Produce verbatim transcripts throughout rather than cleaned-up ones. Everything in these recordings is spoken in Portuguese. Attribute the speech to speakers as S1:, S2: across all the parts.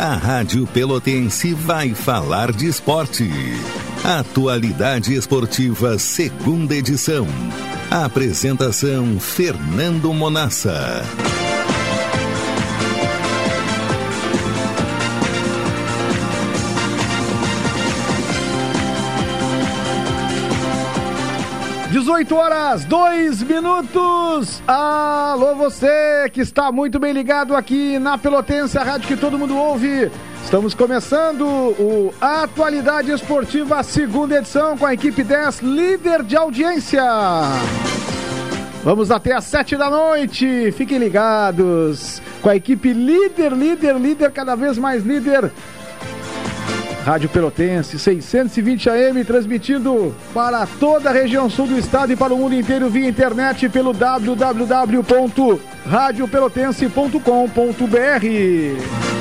S1: A Rádio Pelotense vai falar de esporte. Atualidade Esportiva, segunda edição. A apresentação, Fernando Monassa.
S2: dezoito horas, dois minutos. Alô, você que está muito bem ligado aqui na Pelotense, a rádio que todo mundo ouve. Estamos começando o Atualidade Esportiva, segunda edição, com a equipe dez, líder de audiência. Vamos até às sete da noite. Fiquem ligados com a equipe líder, líder, líder, cada vez mais líder. Rádio Pelotense, seiscentos e vinte A M, transmitindo para toda a região sul do estado e para o mundo inteiro via internet pelo w w w ponto rádio pelotense ponto com ponto b r.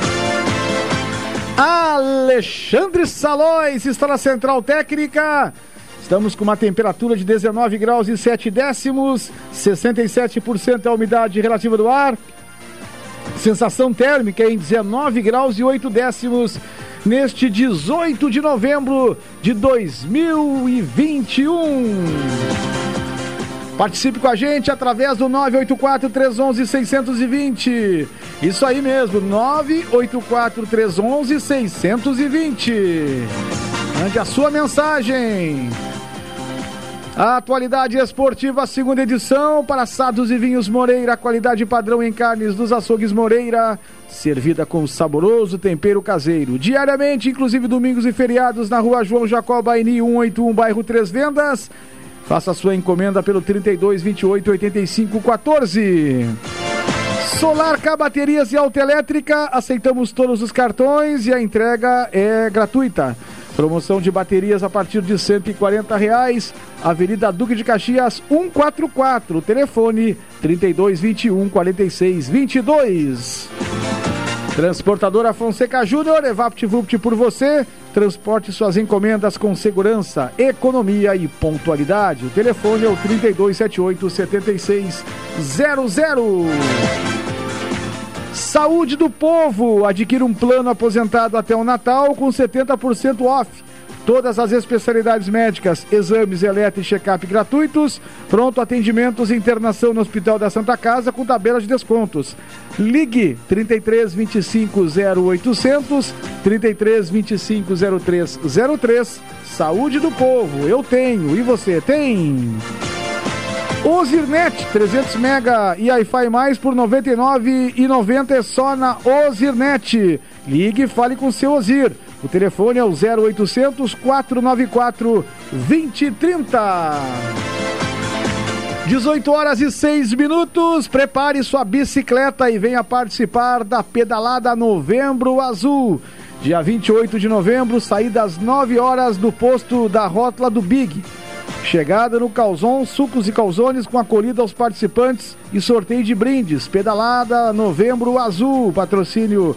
S2: Alexandre Salóis está na Central Técnica. Estamos com uma temperatura de dezenove graus e sete décimos, sessenta e sete por cento a umidade relativa do ar. Sensação térmica em dezenove graus e oito décimos. Neste dezoito de novembro de dois mil e vinte e um. Participe com a gente através do nove oito quatro, três um um, seis dois zero. Isso aí mesmo, nove oito quatro, três um um, seis dois zero. Mande a sua mensagem. A Atualidade Esportiva, segunda edição, para assados e vinhos Moreira, qualidade padrão em carnes dos açougues Moreira, servida com saboroso tempero caseiro. Diariamente, inclusive domingos e feriados, na rua João Jacó Baini, cento e oitenta e um, bairro Três Vendas. Faça a sua encomenda pelo trinta e dois, vinte e oito, oitenta e cinco, quatorze. Solar K Baterias e Autoelétrica, aceitamos todos os cartões e a entrega é gratuita. Promoção de baterias a partir de cento e quarenta reais. Avenida Duque de Caxias, cento e quarenta e quatro. Telefone trinta e dois, vinte e um, quarenta e seis, vinte e dois. Transportadora Fonseca Júnior, EvaptVupt por você. Transporte suas encomendas com segurança, economia e pontualidade. O telefone é o trinta e dois, setenta e oito, setenta e seis zero zero. Saúde do Povo, adquira um plano aposentado até o Natal com setenta por cento off. Todas as especialidades médicas, exames, eletro e check-up gratuitos, pronto atendimentos e internação no Hospital da Santa Casa com tabela de descontos. Ligue trinta e três, vinte e cinco, zero oitocentos, trinta e três, vinte e cinco, zero três zero três. Saúde do Povo, eu tenho, e você tem? Ozirnet, trezentos mega e Wi-Fi mais por noventa e nove reais e noventa centavos é só na Ozirnet. Ligue e fale com seu Ozir. O telefone é o zero oitocentos, quatrocentos e noventa e quatro, vinte e trinta. dezoito horas e seis minutos. Prepare sua bicicleta e venha participar da pedalada Novembro Azul. Dia vinte e oito de novembro, saída às nove horas do posto da rótula do Big. Chegada no Calzon, sucos e calzones com acolhida aos participantes e sorteio de brindes. Pedalada Novembro Azul, patrocínio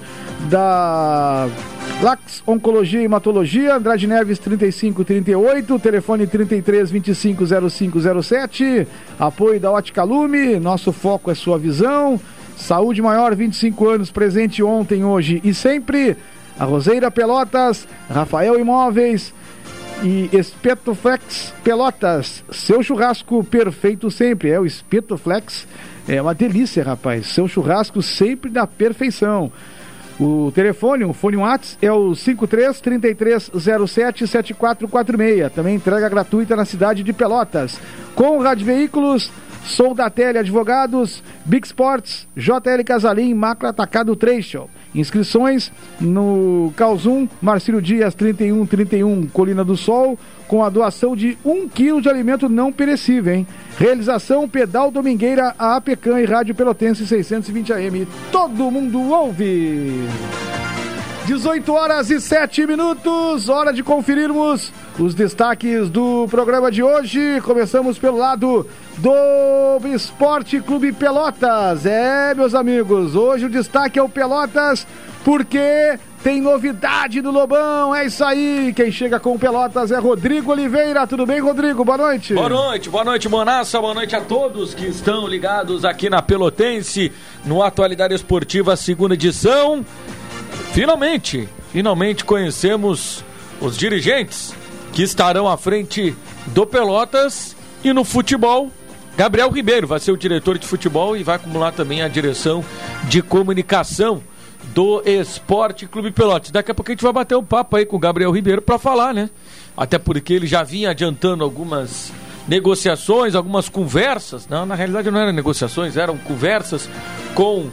S2: da Lax Oncologia e Hematologia, Andrade Neves trinta e cinco trinta e oito, telefone trinta e três, vinte e cinco, zero cinco zero sete. Apoio da Ótica Lume, nosso foco é sua visão. Saúde Maior, vinte e cinco anos, presente ontem, hoje e sempre. A Roseira Pelotas, Rafael Imóveis e Espetoflex Pelotas, seu churrasco perfeito sempre. É o Espetoflex, é uma delícia, rapaz, seu churrasco sempre da perfeição. O telefone, o fone WhatsApp é o cinco três, trinta e três, zero sete, sete quatro quatro seis. Também entrega gratuita na cidade de Pelotas. Conrad Veículos, Soldatelli Advogados, Big Sports, J L Casalim, Macro Atacado Trecho. Inscrições no Calzum, Marcílio Dias trinta e um trinta e um, Colina do Sol, com a doação de um quilo de alimento não perecível, hein? Realização Pedal Domingueira, a APECAM e Rádio Pelotense seiscentos e vinte A M. Todo mundo ouve! dezoito horas e sete minutos, hora de conferirmos os destaques do programa de hoje. Começamos pelo lado do Esporte Clube Pelotas. É, meus amigos, hoje o destaque é o Pelotas, porque tem novidade do Lobão. É isso aí, quem chega com o Pelotas é Rodrigo Oliveira. Tudo bem, Rodrigo? Boa noite.
S3: Boa noite, boa noite, Monassa. Boa noite a todos que estão ligados aqui na Pelotense, no Atualidade Esportiva, segunda edição. Finalmente, finalmente conhecemos os dirigentes que estarão à frente do Pelotas e no futebol. Gabriel Ribeiro vai ser o diretor de futebol e vai acumular também a direção de comunicação do Esporte Clube Pelotas. Daqui a pouco a gente vai bater um papo aí com o Gabriel Ribeiro para falar, né? Até porque ele já vinha adiantando algumas negociações, algumas conversas. Não, na realidade não eram negociações, eram conversas com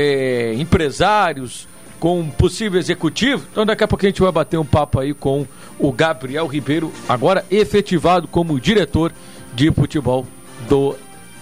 S3: é, empresários, com um possível executivo. Então daqui a pouco a gente vai bater um papo aí com o Gabriel Ribeiro, agora efetivado como diretor de futebol do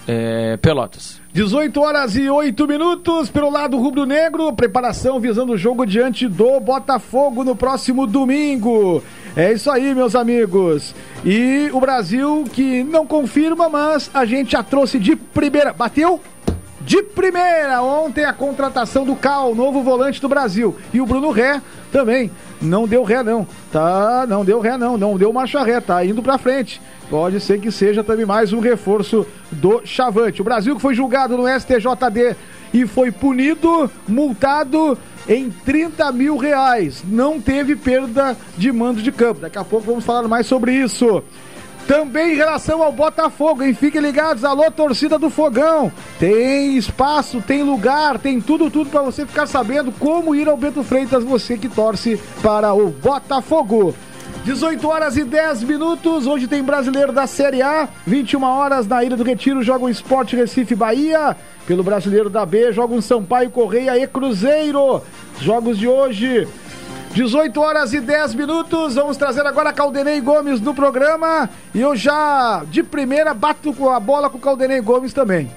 S3: é, Pelotas.
S2: dezoito horas e oito minutos pelo lado rubro-negro, preparação visando o jogo diante do Botafogo no próximo domingo. É isso aí, meus amigos. E o Brasil que não confirma, mas a gente já trouxe de primeira. Bateu? De primeira, ontem a contratação do Cal, novo volante do Brasil. E o Bruno Ré também, não deu ré não, tá? Não deu ré não, não deu marcha ré, tá indo pra frente. Pode ser que seja também mais um reforço do Chavante. O Brasil que foi julgado no S T J D e foi punido, multado em trinta mil reais. Não teve perda de mando de campo. Daqui a pouco vamos falar mais sobre isso. Também em relação ao Botafogo, hein? Fiquem ligados, alô, torcida do Fogão. Tem espaço, tem lugar, tem tudo, tudo para você ficar sabendo como ir ao Bento Freitas, você que torce para o Botafogo. dezoito horas e dez minutos, hoje tem Brasileiro da Série A, vinte e uma horas na Ilha do Retiro, joga o Sport Recife Bahia, pelo Brasileiro da B, joga um Sampaio Correia e Cruzeiro, jogos de hoje... dezoito horas e dez minutos, vamos trazer agora Caldenei Gomes no programa e eu já de primeira bato com a bola com o Caldenei Gomes também.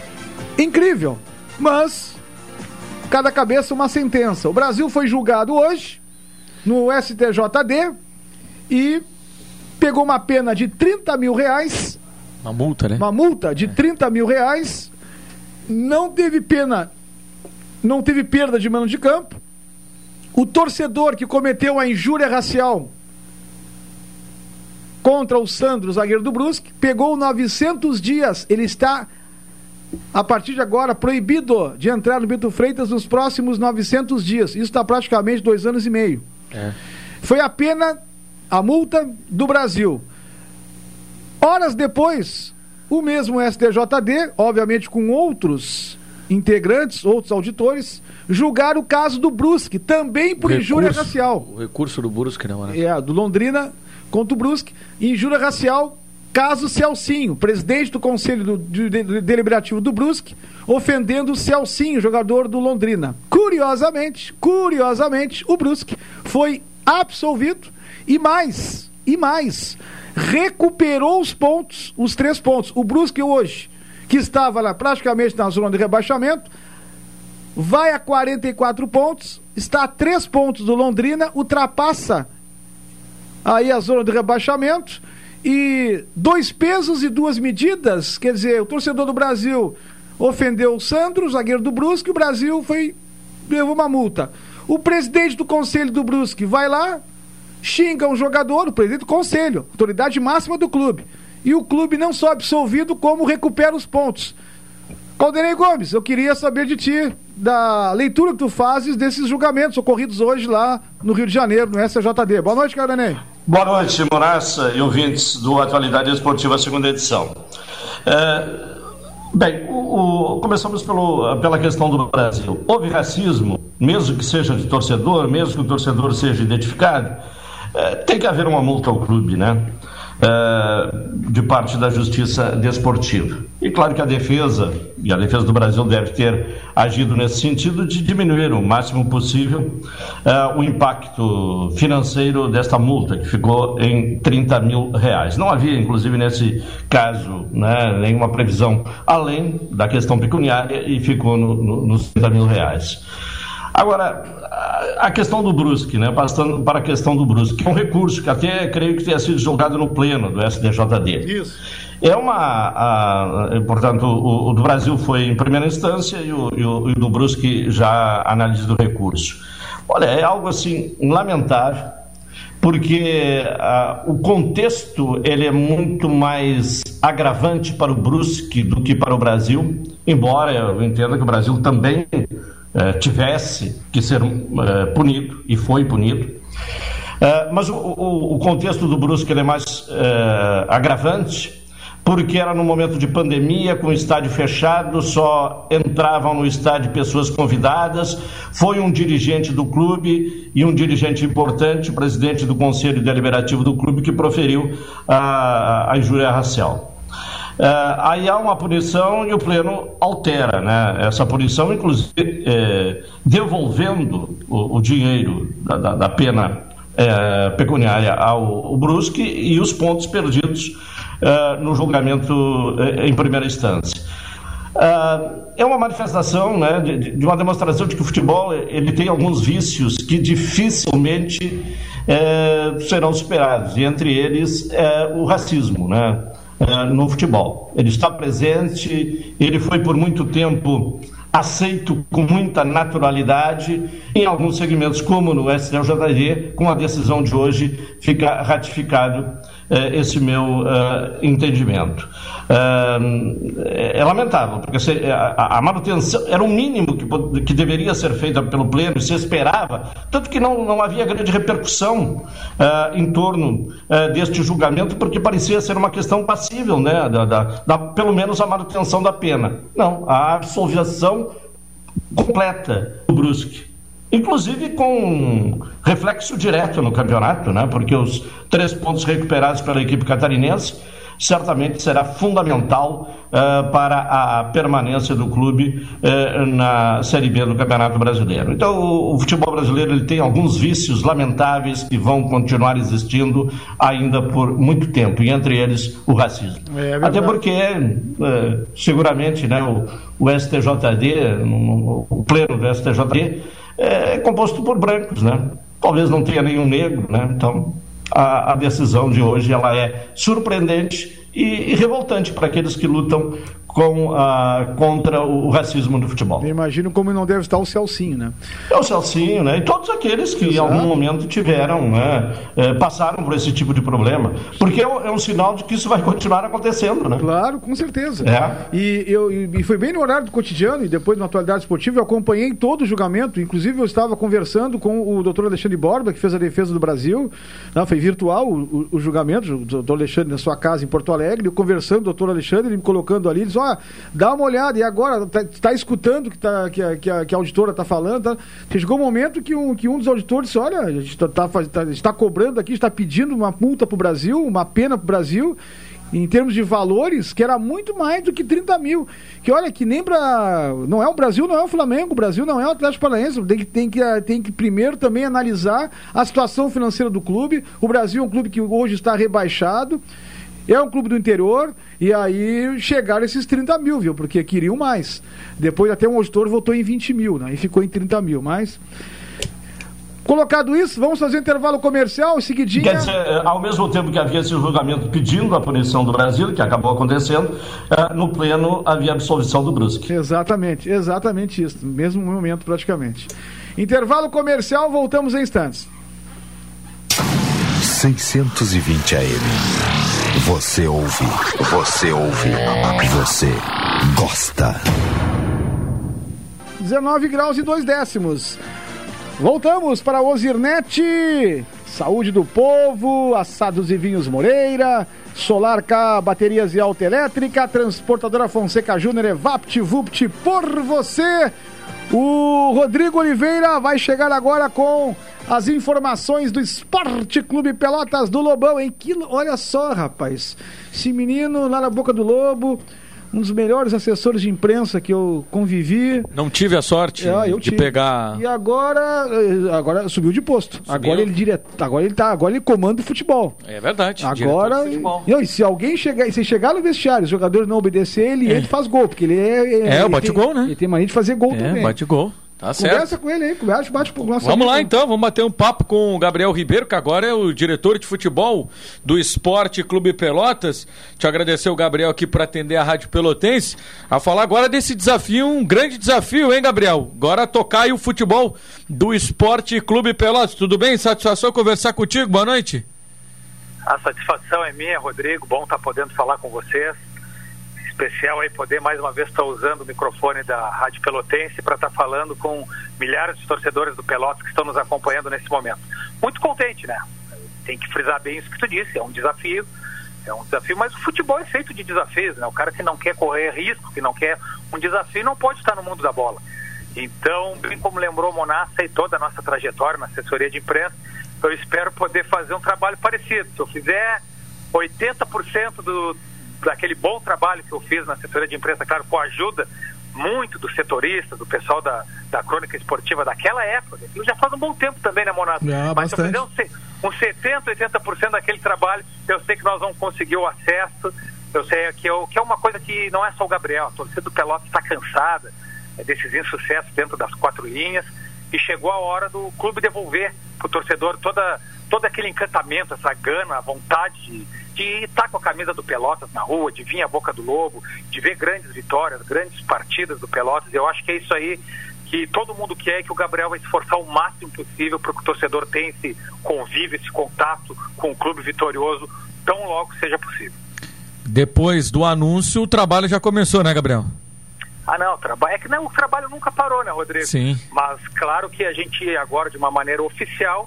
S2: Incrível, mas cada cabeça uma sentença. O Brasil foi julgado hoje no S T J D e pegou uma pena de trinta mil reais.
S3: Uma multa, né?
S2: Uma multa de trinta mil reais, não teve pena, não teve perda de mando de campo. O torcedor que cometeu a injúria racial contra o Sandro, zagueiro do Brusque, pegou novecentos dias. Ele está, a partir de agora, proibido de entrar no Bento Freitas nos próximos novecentos dias. Isso está praticamente dois anos e meio. É. Foi a pena, a multa do Brasil. Horas depois, o mesmo S T J D, obviamente com outros integrantes, outros auditores, julgaram o caso do Brusque, também por recurso, injúria racial.
S3: O recurso do Brusque, não, né?
S2: É, do Londrina contra o Brusque. Injúria racial, caso Celcinho, presidente do Conselho do, de, de, Deliberativo do Brusque, ofendendo o Celcinho, jogador do Londrina. Curiosamente, curiosamente, o Brusque foi absolvido e mais, e mais, recuperou os pontos, os três pontos. O Brusque hoje, que estava lá praticamente na zona de rebaixamento, vai a quarenta e quatro pontos, está a três pontos do Londrina, ultrapassa aí a zona de rebaixamento e dois pesos e duas medidas, quer dizer, o torcedor do Brasil ofendeu o Sandro, o zagueiro do Brusque, o Brasil foi, levou uma multa. O presidente do conselho do Brusque vai lá, xinga um jogador, o presidente do conselho, autoridade máxima do clube, e o clube não só absolvido, como recupera os pontos. Caldenei Gomes, eu queria saber de ti, da leitura que tu fazes desses julgamentos ocorridos hoje lá no Rio de Janeiro, no S T J D. Boa noite, Caldenei.
S4: Boa noite, Moraça e ouvintes do Atualidade Esportiva, segunda edição. É, bem, o, o, começamos pelo, pela questão do Brasil. Houve racismo, mesmo que seja de torcedor, mesmo que o torcedor seja identificado, é, tem que haver uma multa ao clube, né? Uh, de parte da Justiça Desportiva. E claro que a defesa, e a defesa do Brasil deve ter agido nesse sentido de diminuir o máximo possível uh, o impacto financeiro desta multa, que ficou em trinta mil reais. Não havia, inclusive, nesse caso, né, nenhuma previsão além da questão pecuniária e ficou no, no, nos trinta mil reais. Agora, a questão do Brusque, né? Passando para a questão do Brusque, que é um recurso que até creio que tenha sido julgado no pleno do S T J D.
S2: Isso.
S4: É uma, a, portanto, o, o do Brasil foi em primeira instância e o, e o, e o do Brusque já análise do recurso. Olha, é algo assim lamentável, porque a, o contexto ele é muito mais agravante para o Brusque do que para o Brasil, embora eu entenda que o Brasil também eh, tivesse que ser eh, punido, e foi punido. Eh, mas o, o, o contexto do Brusque ele é mais eh, agravante, porque era no momento de pandemia, com o estádio fechado, só entravam no estádio pessoas convidadas. Foi um dirigente do clube e um dirigente importante, o presidente do Conselho Deliberativo do clube, que proferiu a, a injúria racial. Uh, aí há uma punição e o pleno altera, né, essa punição, inclusive eh, devolvendo o, o dinheiro da, da, da pena eh, pecuniária ao, ao Brusque e os pontos perdidos uh, no julgamento eh, em primeira instância. Uh, é uma manifestação, né, de, de uma demonstração de que o futebol ele tem alguns vícios que dificilmente eh, serão superados, e entre eles eh, o racismo, né? No futebol. Ele está presente, ele foi por muito tempo aceito com muita naturalidade em alguns segmentos, como no S T J D. Com a decisão de hoje fica ratificado eh, esse meu eh, entendimento. Eh, é lamentável, porque se, a, a manutenção era o mínimo que, que deveria ser feita pelo pleno, e se esperava, tanto que não, não havia grande repercussão eh, em torno eh, deste julgamento, porque parecia ser uma questão passível, né, da, da, da, pelo menos a manutenção da pena. Não, a absolvição completa do Brusque, inclusive com reflexo direto no campeonato, né? Porque os três pontos recuperados pela equipe catarinense certamente será fundamental uh, para a permanência do clube uh, na Série B do Campeonato Brasileiro. Então o, o futebol brasileiro ele tem alguns vícios lamentáveis que vão continuar existindo ainda por muito tempo, e entre eles o racismo. É, é Até porque uh, seguramente, né, o, o S T J D, no, o pleno do S T J D é composto por brancos, né? Talvez não tenha nenhum negro, né? Então A, a decisão de hoje ela é surpreendente e, e revoltante para aqueles que lutam com, a, contra o, o racismo no futebol.
S2: Eu imagino como não deve estar o Celcinho, né?
S4: É o Celcinho, né? E todos aqueles que Exato. Em algum momento tiveram, né, é, passaram por esse tipo de problema. Porque é um, é um sinal de que isso vai continuar acontecendo, né?
S2: Claro, com certeza.
S4: É.
S2: E, eu, e foi bem no horário do cotidiano, e depois na atualidade esportiva, eu acompanhei todo o julgamento. Inclusive eu estava conversando com o doutor Alexandre Borba, que fez a defesa do Brasil. Não, foi virtual o, o, o julgamento, o doutor Alexandre na sua casa em Porto Alegre, eu conversando com o doutor Alexandre, ele me colocando ali, ele disse, ó, dá uma olhada, e agora, tá, tá escutando que, tá, que, a, que, a, que a auditora está falando, tá? Chegou um momento que um, que um dos auditores disse, olha, a gente está tá, tá, tá cobrando aqui, está pedindo uma multa para o Brasil, uma pena para o Brasil, em termos de valores, que era muito mais do que trinta mil. Que olha, que nem para... Não é o Brasil, não é o Flamengo, o Brasil não é o Atlético Paranaense, tem que, tem que, tem que primeiro também analisar a situação financeira do clube. O Brasil é um clube que hoje está rebaixado, é um clube do interior, e aí chegaram esses trinta mil, viu? Porque queriam mais. Depois até um auditor votou em vinte mil, né? E ficou em trinta mil, mas... Colocado isso, vamos fazer um intervalo comercial e seguidinha...
S4: Quer dizer, ao mesmo tempo que havia esse julgamento pedindo a punição do Brasil, que acabou acontecendo, no pleno havia a absolvição do Brusque.
S2: Exatamente, exatamente isso. Mesmo momento praticamente. Intervalo comercial, voltamos em instantes.
S1: seiscentos e vinte A M. Você ouve, você ouve, você gosta.
S2: dezenove graus e dois décimos. Voltamos para o Ozirnet, Saúde do Povo, Assados e Vinhos Moreira, Solar K, Baterias e Autoelétrica, Transportadora Fonseca Júnior, é VaptVupt por você. O Rodrigo Oliveira vai chegar agora com as informações do Esporte Clube Pelotas do Lobão, hein? Que, olha só, rapaz, esse menino lá na boca do lobo, um dos melhores assessores de imprensa que eu convivi.
S3: Não tive a sorte é, de
S2: tive.
S3: pegar...
S2: E agora, agora subiu de posto. Subiu. Agora ele dire... agora ele tá, agora ele comanda o futebol.
S3: É verdade.
S2: Agora, e, e se alguém chegar, se chegar no vestiário, os jogadores não obedecer, ele, é. ele faz gol, porque ele é...
S3: É, é bate gol, né?
S2: Ele tem mania de fazer gol
S3: é,
S2: também.
S3: bate gol. Tá certo.
S2: Conversa com ele aí, conversa, bate pro nosso
S3: Vamos
S2: amigo.
S3: lá então, vamos bater um papo com o Gabriel Ribeiro, que agora é o diretor de futebol do Esporte Clube Pelotas. Te agradecer o Gabriel aqui por atender a Rádio Pelotense, a falar agora desse desafio, um grande desafio, hein, Gabriel? Agora tocar aí o futebol do Esporte Clube Pelotas. Tudo bem? Satisfação conversar contigo, boa noite.
S5: A satisfação é minha, Rodrigo, bom estar podendo falar com vocês. especial aí poder mais uma vez estar usando o microfone da Rádio Pelotense para estar falando com milhares de torcedores do Pelotas que estão nos acompanhando nesse momento. Muito contente, né? Tem que frisar bem isso que tu disse, é um desafio, é um desafio, mas o futebol é feito de desafios, né? O cara que não quer correr risco, que não quer um desafio, não pode estar no mundo da bola. Então, bem como lembrou o Monassa e toda a nossa trajetória na assessoria de imprensa, eu espero poder fazer um trabalho parecido. Se eu fizer oitenta por cento do, daquele bom trabalho que eu fiz na assessoria de imprensa, claro, com a ajuda muito do setorista, do pessoal da, da crônica esportiva daquela época, aquilo já faz um bom tempo também, né, Monato?
S2: É,
S5: mas se eu fizer uns, uns setenta, oitenta por cento daquele trabalho, eu sei que nós vamos conseguir o acesso, eu sei que, eu, que é uma coisa que não é só o Gabriel, a torcida do Pelotas está cansada é, desses insucessos dentro das quatro linhas, e chegou a hora do clube devolver para o torcedor toda, todo aquele encantamento, essa gana, a vontade de, de estar com a camisa do Pelotas na rua, de vir à Boca do Lobo, de ver grandes vitórias, grandes partidas do Pelotas. Eu acho que é isso aí que todo mundo quer, e que o Gabriel vai se esforçar o máximo possível para que o torcedor tenha esse convívio, esse contato com o clube vitorioso tão logo seja possível.
S3: Depois do anúncio, o trabalho já começou, né, Gabriel?
S5: Ah, não, traba... é que não, o trabalho nunca parou, né, Rodrigo?
S3: Sim.
S5: Mas claro que a gente agora, de uma maneira oficial,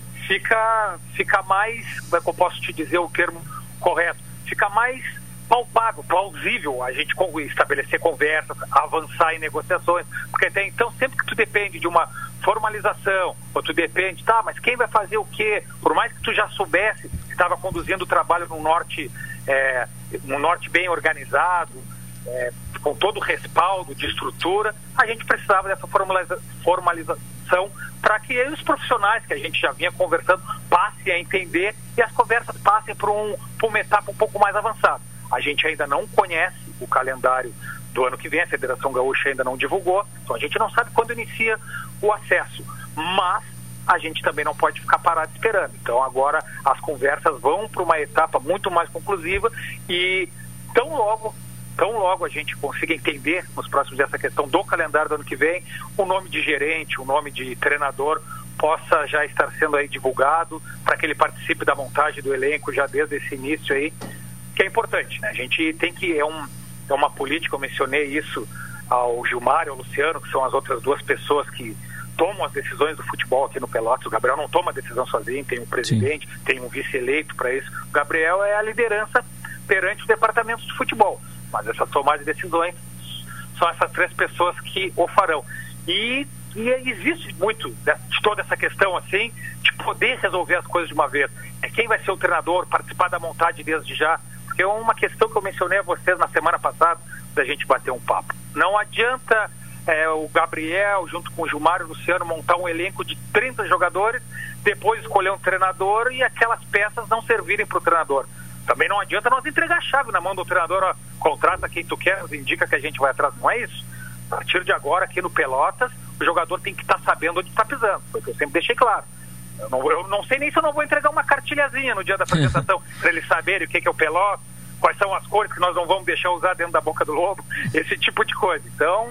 S5: fica, fica mais, como é que eu posso te dizer o termo correto, fica mais palpável, plausível a gente estabelecer conversas, avançar em negociações, porque até então, sempre que tu depende de uma formalização, ou tu depende, tá, mas quem vai fazer o quê? Por mais que tu já soubesse que estava conduzindo o trabalho num norte, é, num norte bem organizado, é, com todo o respaldo de estrutura, a gente precisava dessa formaliza- formalização para que os profissionais que a gente já vinha conversando passem a entender e as conversas passem para um, para uma etapa um pouco mais avançada. A gente ainda não conhece o calendário do ano que vem, a Federação Gaúcha ainda não divulgou, então a gente não sabe quando inicia o acesso, mas a gente também não pode ficar parado esperando. Então agora as conversas vão para uma etapa muito mais conclusiva, e tão logo Tão logo a gente consiga entender nos próximos dias essa questão do calendário do ano que vem, o nome de gerente, o nome de treinador possa já estar sendo aí divulgado, para que ele participe da montagem do elenco já desde esse início aí, que é importante, né? A gente tem que, é, um, é uma política, eu mencionei isso ao Gilmar e ao Luciano, que são as outras duas pessoas que tomam as decisões do futebol aqui no Pelotas. O Gabriel não toma a decisão sozinho, tem um presidente, Sim. tem um vice-eleito para isso. O Gabriel é a liderança perante os departamentos de futebol. Mas essa tomada de decisões são essas três pessoas que o farão. E, e existe muito de, de toda essa questão, assim, de poder resolver as coisas de uma vez. É quem vai ser o treinador, participar da montagem desde já. Porque é uma questão que eu mencionei a vocês na semana passada, da gente bater um papo. Não adianta é, o Gabriel, junto com o Gilmar e o Luciano, montar um elenco de trinta jogadores, depois escolher um treinador e aquelas peças não servirem para o treinador. Também não adianta nós entregar a chave na mão do treinador, ó, contrata quem tu quer, nos indica que a gente vai atrás. Não é isso. A partir de agora, aqui no Pelotas, o jogador tem que estar tá sabendo onde está pisando. Foi o que eu sempre deixei claro. Eu não, eu não sei nem se eu não vou entregar uma cartilhazinha no dia da apresentação, para eles saberem o que, que é o Pelotas, quais são as cores que nós não vamos deixar usar dentro da Boca do Lobo, esse tipo de coisa. Então,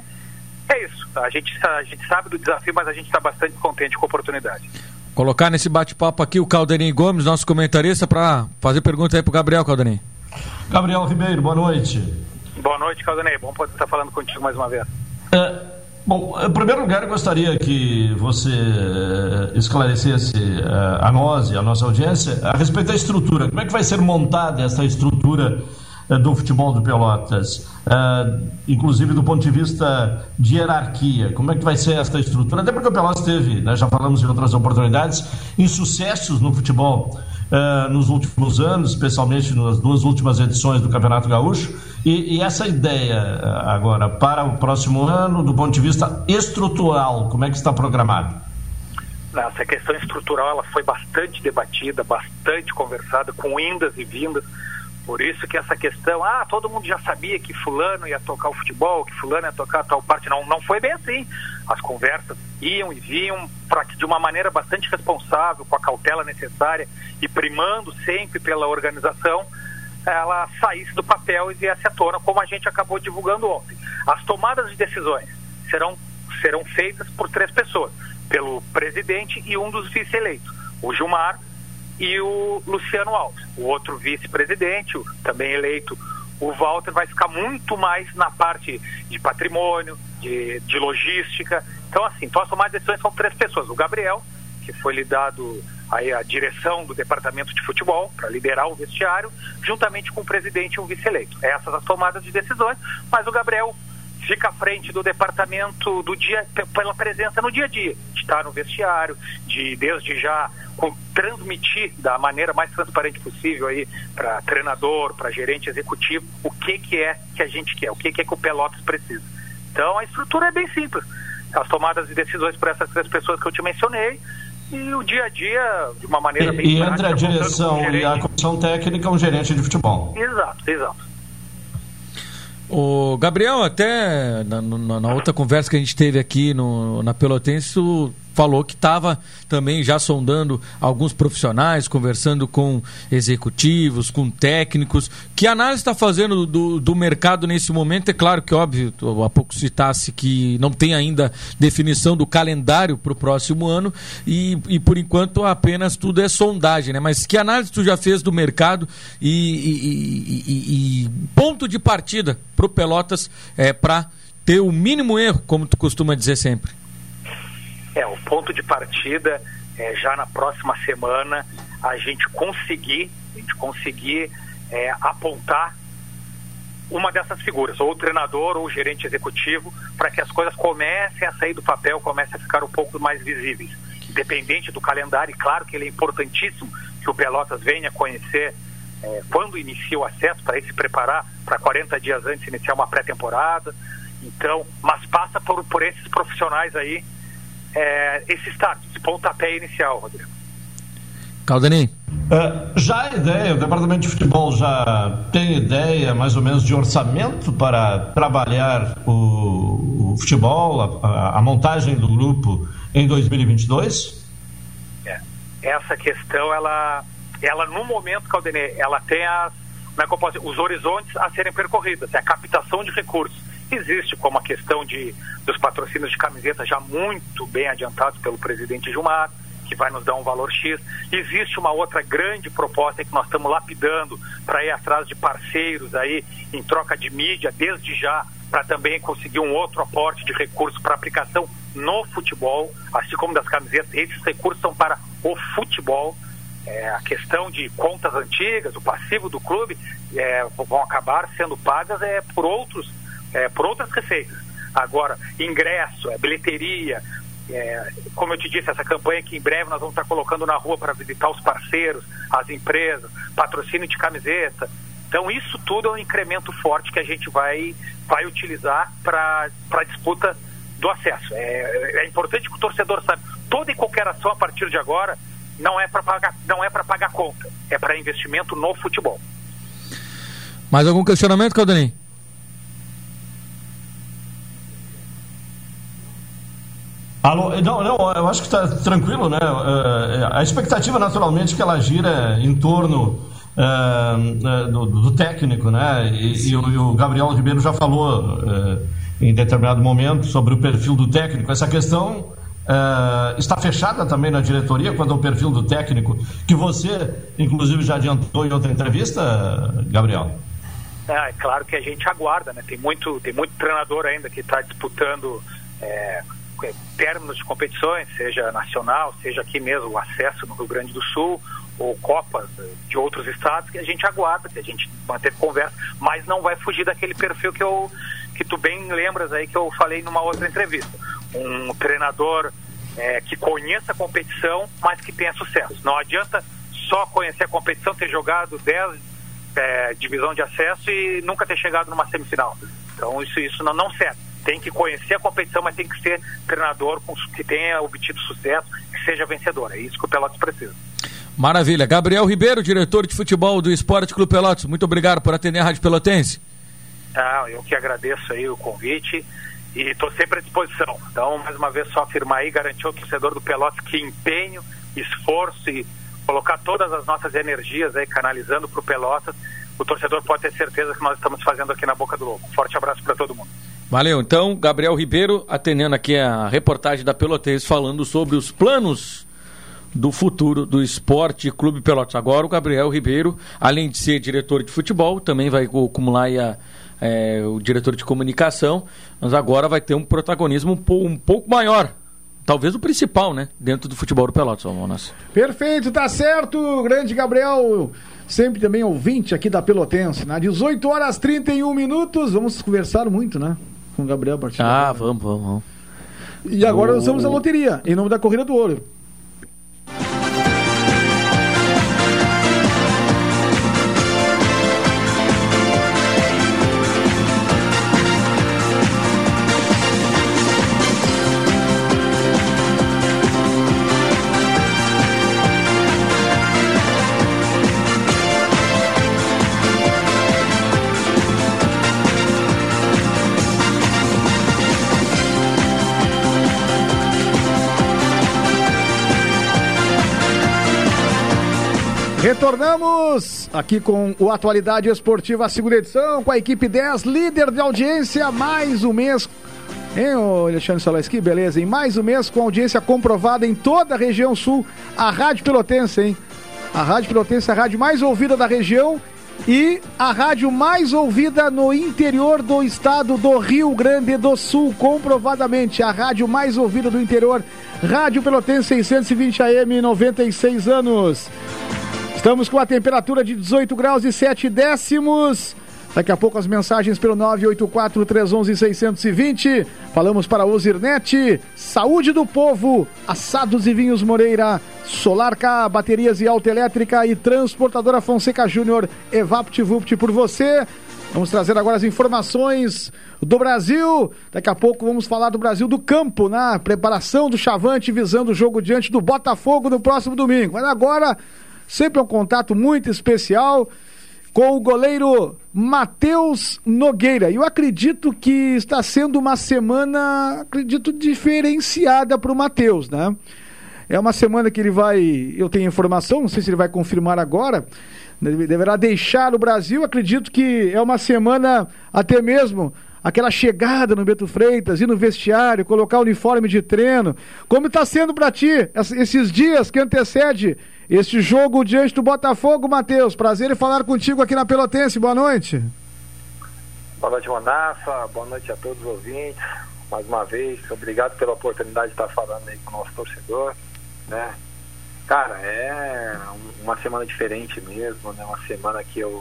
S5: é isso. A gente, a gente sabe do desafio, mas a gente está bastante contente com a oportunidade.
S3: Colocar nesse bate-papo aqui o Calderim Gomes, nosso comentarista, para fazer perguntas aí pro Gabriel, Calderim.
S4: Gabriel Ribeiro, boa noite.
S5: Boa noite, Calderim. Bom poder estar falando contigo mais uma vez.
S4: É, bom, em primeiro lugar, eu gostaria que você esclarecesse uh, a nós e a nossa audiência a respeito da estrutura. Como é que vai ser montada essa estrutura uh, do futebol do Pelotas? Uh, inclusive do ponto de vista de hierarquia, como é que vai ser essa estrutura? Até porque o Pelotas teve, né, já falamos em outras oportunidades, insucessos no futebol uh, nos últimos anos, especialmente nas duas últimas edições do Campeonato Gaúcho, e, e essa ideia uh, agora para o próximo ano, do ponto de vista estrutural, como é que está programado?
S5: Essa questão estrutural ela foi bastante debatida, bastante conversada, com indas e vindas. Por isso que essa questão, ah, todo mundo já sabia que fulano ia tocar o futebol, que fulano ia tocar tal parte. Não, não foi bem assim. As conversas iam e vinham para que de uma maneira bastante responsável, com a cautela necessária e primando sempre pela organização, ela saísse do papel e viesse à tona, como a gente acabou divulgando ontem. As tomadas de decisões serão, serão feitas por três pessoas, pelo presidente e um dos vice-eleitos, o Gilmar e o Luciano Alves, o outro vice-presidente, o também eleito, O Walter vai ficar muito mais na parte de patrimônio, de, de logística. Então, assim, para tomar decisões são três pessoas. O Gabriel, que foi lhe dado aí a direção do departamento de futebol para liderar o vestiário, juntamente com o presidente e o vice-eleito. Essas as tomadas de decisões, mas o Gabriel fica à frente do departamento do dia, pela presença no dia a dia, de estar no vestiário, de desde já com, transmitir da maneira mais transparente possível aí para treinador, para gerente executivo, o que que é que a gente quer, o que que é que o Pelotas precisa. Então a estrutura é bem simples, as tomadas de decisões por essas três pessoas que eu te mencionei, e o dia a dia de uma maneira
S4: e,
S5: bem
S4: E entre a direção e a comissão técnica, um gerente de futebol.
S5: Exato, exato.
S3: O Gabriel, até na, na, na outra conversa que a gente teve aqui no, na Pelotense, falou que estava também já sondando alguns profissionais, conversando com executivos, com técnicos. Que análise está fazendo do, do mercado nesse momento? É claro que, óbvio, há pouco citasse que não tem ainda definição do calendário para o próximo ano e, e, por enquanto, apenas tudo é sondagem, né? Mas que análise tu já fez do mercado e, e, e, e ponto de partida para o Pelotas é, para ter o mínimo erro, como tu costuma dizer sempre?
S5: É, o ponto de partida é já na próxima semana a gente conseguir, a gente conseguir é, apontar uma dessas figuras, ou o treinador ou o gerente executivo, para que as coisas comecem a sair do papel, comecem a ficar um pouco mais visíveis. Independente do calendário, e claro que ele é importantíssimo que o Pelotas venha conhecer é, quando inicia o acesso, para ele se preparar para quarenta dias antes de iniciar uma pré-temporada. Então, mas passa por, por esses profissionais aí, É, esse start, esse pontapé inicial, Rodrigo.
S3: Caldanin.
S4: Uh, já a ideia, o departamento de futebol já tem ideia mais ou menos de orçamento para trabalhar o, o futebol, a, a montagem do grupo em dois mil e vinte e dois?
S5: É, essa questão, ela, ela no momento, Caldanin, ela tem as, como é que eu posso dizer, os horizontes a serem percorridos, é a captação de recursos. Existe como a questão de, dos patrocínios de camiseta já muito bem adiantados pelo presidente Gilmar, que vai nos dar um valor X. Existe uma outra grande proposta que nós estamos lapidando para ir atrás de parceiros aí em troca de mídia, desde já, para também conseguir um outro aporte de recursos para aplicação no futebol, assim como das camisetas. Esses recursos são para o futebol. É, a questão de contas antigas, o passivo do clube, é, vão acabar sendo pagas é, por outros É, por outras receitas. Agora, ingresso, é, bilheteria, é, como eu te disse, essa campanha que em breve nós vamos estar colocando na rua para visitar os parceiros, as empresas, patrocínio de camiseta. Então isso tudo é um incremento forte que a gente vai, vai utilizar para a disputa do acesso. É, é importante que o torcedor saiba, toda e qualquer ação a partir de agora não é para pagar, não é para pagar conta, é para investimento no futebol.
S3: Mais algum questionamento, Caldanin?
S4: Alô, não, não, eu acho que está tranquilo, né? Uh, a expectativa, naturalmente, que ela gira em torno uh, do, do técnico, né? E, e, o, e o Gabriel Ribeiro já falou uh, em determinado momento sobre o perfil do técnico. Essa questão uh, está fechada também na diretoria quanto ao perfil do técnico, que você, inclusive, já adiantou em outra entrevista, Gabriel?
S5: É, é claro que a gente aguarda, né? Tem muito, tem muito treinador ainda que está disputando É, términos de competições, seja nacional, seja aqui mesmo o acesso no Rio Grande do Sul ou copas de outros estados, que a gente aguarda, que a gente manteve conversa, mas não vai fugir daquele perfil que eu que tu bem lembras aí, que eu falei numa outra entrevista. Um treinador é, que conheça a competição, mas que tenha sucesso. Não adianta só conhecer a competição, ter jogado dez é, divisão de acesso e nunca ter chegado numa semifinal. Então isso, isso não, não serve. Tem que conhecer a competição, mas tem que ser treinador com, que tenha obtido sucesso, que seja vencedor. É isso que o Pelotas precisa.
S3: Maravilha. Gabriel Ribeiro, diretor de futebol do Esporte Clube Pelotas. Muito obrigado por atender a Rádio Pelotense.
S5: Ah, eu que agradeço aí o convite e estou sempre à disposição. Então, mais uma vez, só afirmar aí, garantir ao torcedor do Pelotas que empenho, esforço e colocar todas as nossas energias aí canalizando para o Pelotas. O torcedor pode ter certeza que nós estamos fazendo aqui na Boca do Lobo. Forte abraço para todo mundo.
S3: Valeu, então, Gabriel Ribeiro, atendendo aqui a reportagem da Pelotense, falando sobre os planos do futuro do Esporte Clube Pelotas. Agora o Gabriel Ribeiro, além de ser diretor de futebol, também vai acumular aí a, é, o diretor de comunicação, mas agora vai ter um protagonismo um, pou, um pouco maior, talvez o principal, né, dentro do futebol do Pelotas, Almonas.
S2: Perfeito, tá certo, grande Gabriel, sempre também ouvinte aqui da Pelotense, né? dezoito horas e trinta e um minutos, vamos conversar muito, né, com o Gabriel Bartolomeu.
S3: Ah, vamos, vamos, vamos.
S2: E agora nós vamos à loteria, em nome da Corrida do Ouro. Retornamos aqui com o Atualidade Esportiva, a segunda edição, com a equipe dez, líder de audiência, mais um mês, hein, ô Alexandre Solaski, beleza, em mais um mês com audiência comprovada em toda a região sul, a Rádio Pelotense, hein, a Rádio Pelotense, a rádio mais ouvida da região e a rádio mais ouvida no interior do estado do Rio Grande do Sul, comprovadamente, a rádio mais ouvida do interior, Rádio Pelotense seiscentos e vinte A M, noventa e seis anos. Estamos com a temperatura de dezoito graus e sete décimos. Daqui a pouco as mensagens pelo nove oito quatro, três um um, seis dois zero. Falamos para o Zirnet, Saúde do Povo, Assados e Vinhos Moreira, Solar K, Baterias e Autoelétrica e Transportadora Fonseca Júnior, EvaptVupt por você. Vamos trazer agora as informações do Brasil. Daqui a pouco vamos falar do Brasil do campo, na preparação do Chavante, visando o jogo diante do Botafogo no próximo domingo. Mas agora, sempre um contato muito especial com o goleiro Matheus Nogueira. E eu acredito que está sendo uma semana, acredito, diferenciada para o Matheus, né? É uma semana que ele vai, eu tenho informação, não sei se ele vai confirmar agora, ele deverá deixar o Brasil. Acredito que é uma semana até mesmo aquela chegada no Beto Freitas, ir no vestiário, colocar o uniforme de treino. Como está sendo para ti esses dias que antecede este jogo diante do Botafogo, Matheus? Prazer em falar contigo aqui na Pelotense. Boa noite.
S6: Boa noite, Monassa. Boa noite a todos os ouvintes. Mais uma vez, obrigado pela oportunidade de estar falando aí com o nosso torcedor, né? Cara, é uma semana diferente mesmo, né? Uma semana que eu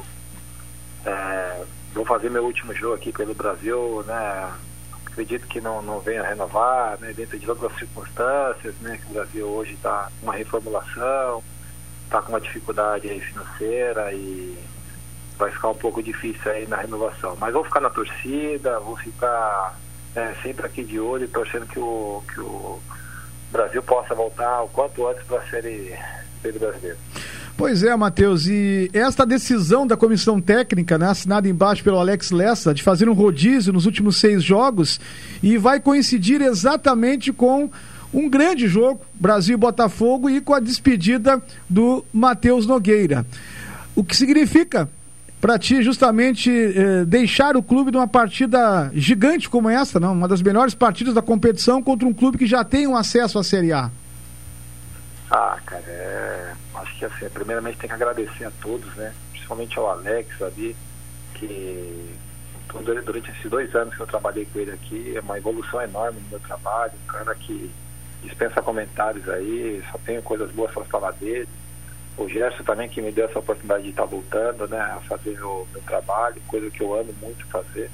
S6: é, vou fazer meu último jogo aqui pelo Brasil, né? Acredito que não, não venha renovar, né? Dentro de todas as circunstâncias, né? Que o Brasil hoje está com uma reformulação, está com uma dificuldade aí financeira e vai ficar um pouco difícil aí na renovação. Mas vou ficar na torcida, vou ficar é, sempre aqui de olho, torcendo que o, que o Brasil possa voltar o quanto antes para a Série B do Brasileiro.
S2: Pois é, Matheus, e esta decisão da comissão técnica, né, assinada embaixo pelo Alex Lessa, de fazer um rodízio nos últimos seis jogos, e vai coincidir exatamente com um grande jogo, Brasil e Botafogo, e com a despedida do Matheus Nogueira. O que significa para ti justamente eh, deixar o clube de uma partida gigante como essa, não? Uma das melhores partidas da competição contra um clube que já tem um acesso à Série A.
S6: Ah, cara, é... acho que assim, primeiramente tem que agradecer a todos, né? Principalmente ao Alex ali, que durante esses dois anos que eu trabalhei com ele aqui, é uma evolução enorme no meu trabalho, um cara que dispensa comentários aí, só tenho coisas boas para falar dele. O Gerson também, que me deu essa oportunidade de estar voltando, né, a fazer o meu trabalho, coisa que eu amo muito fazer.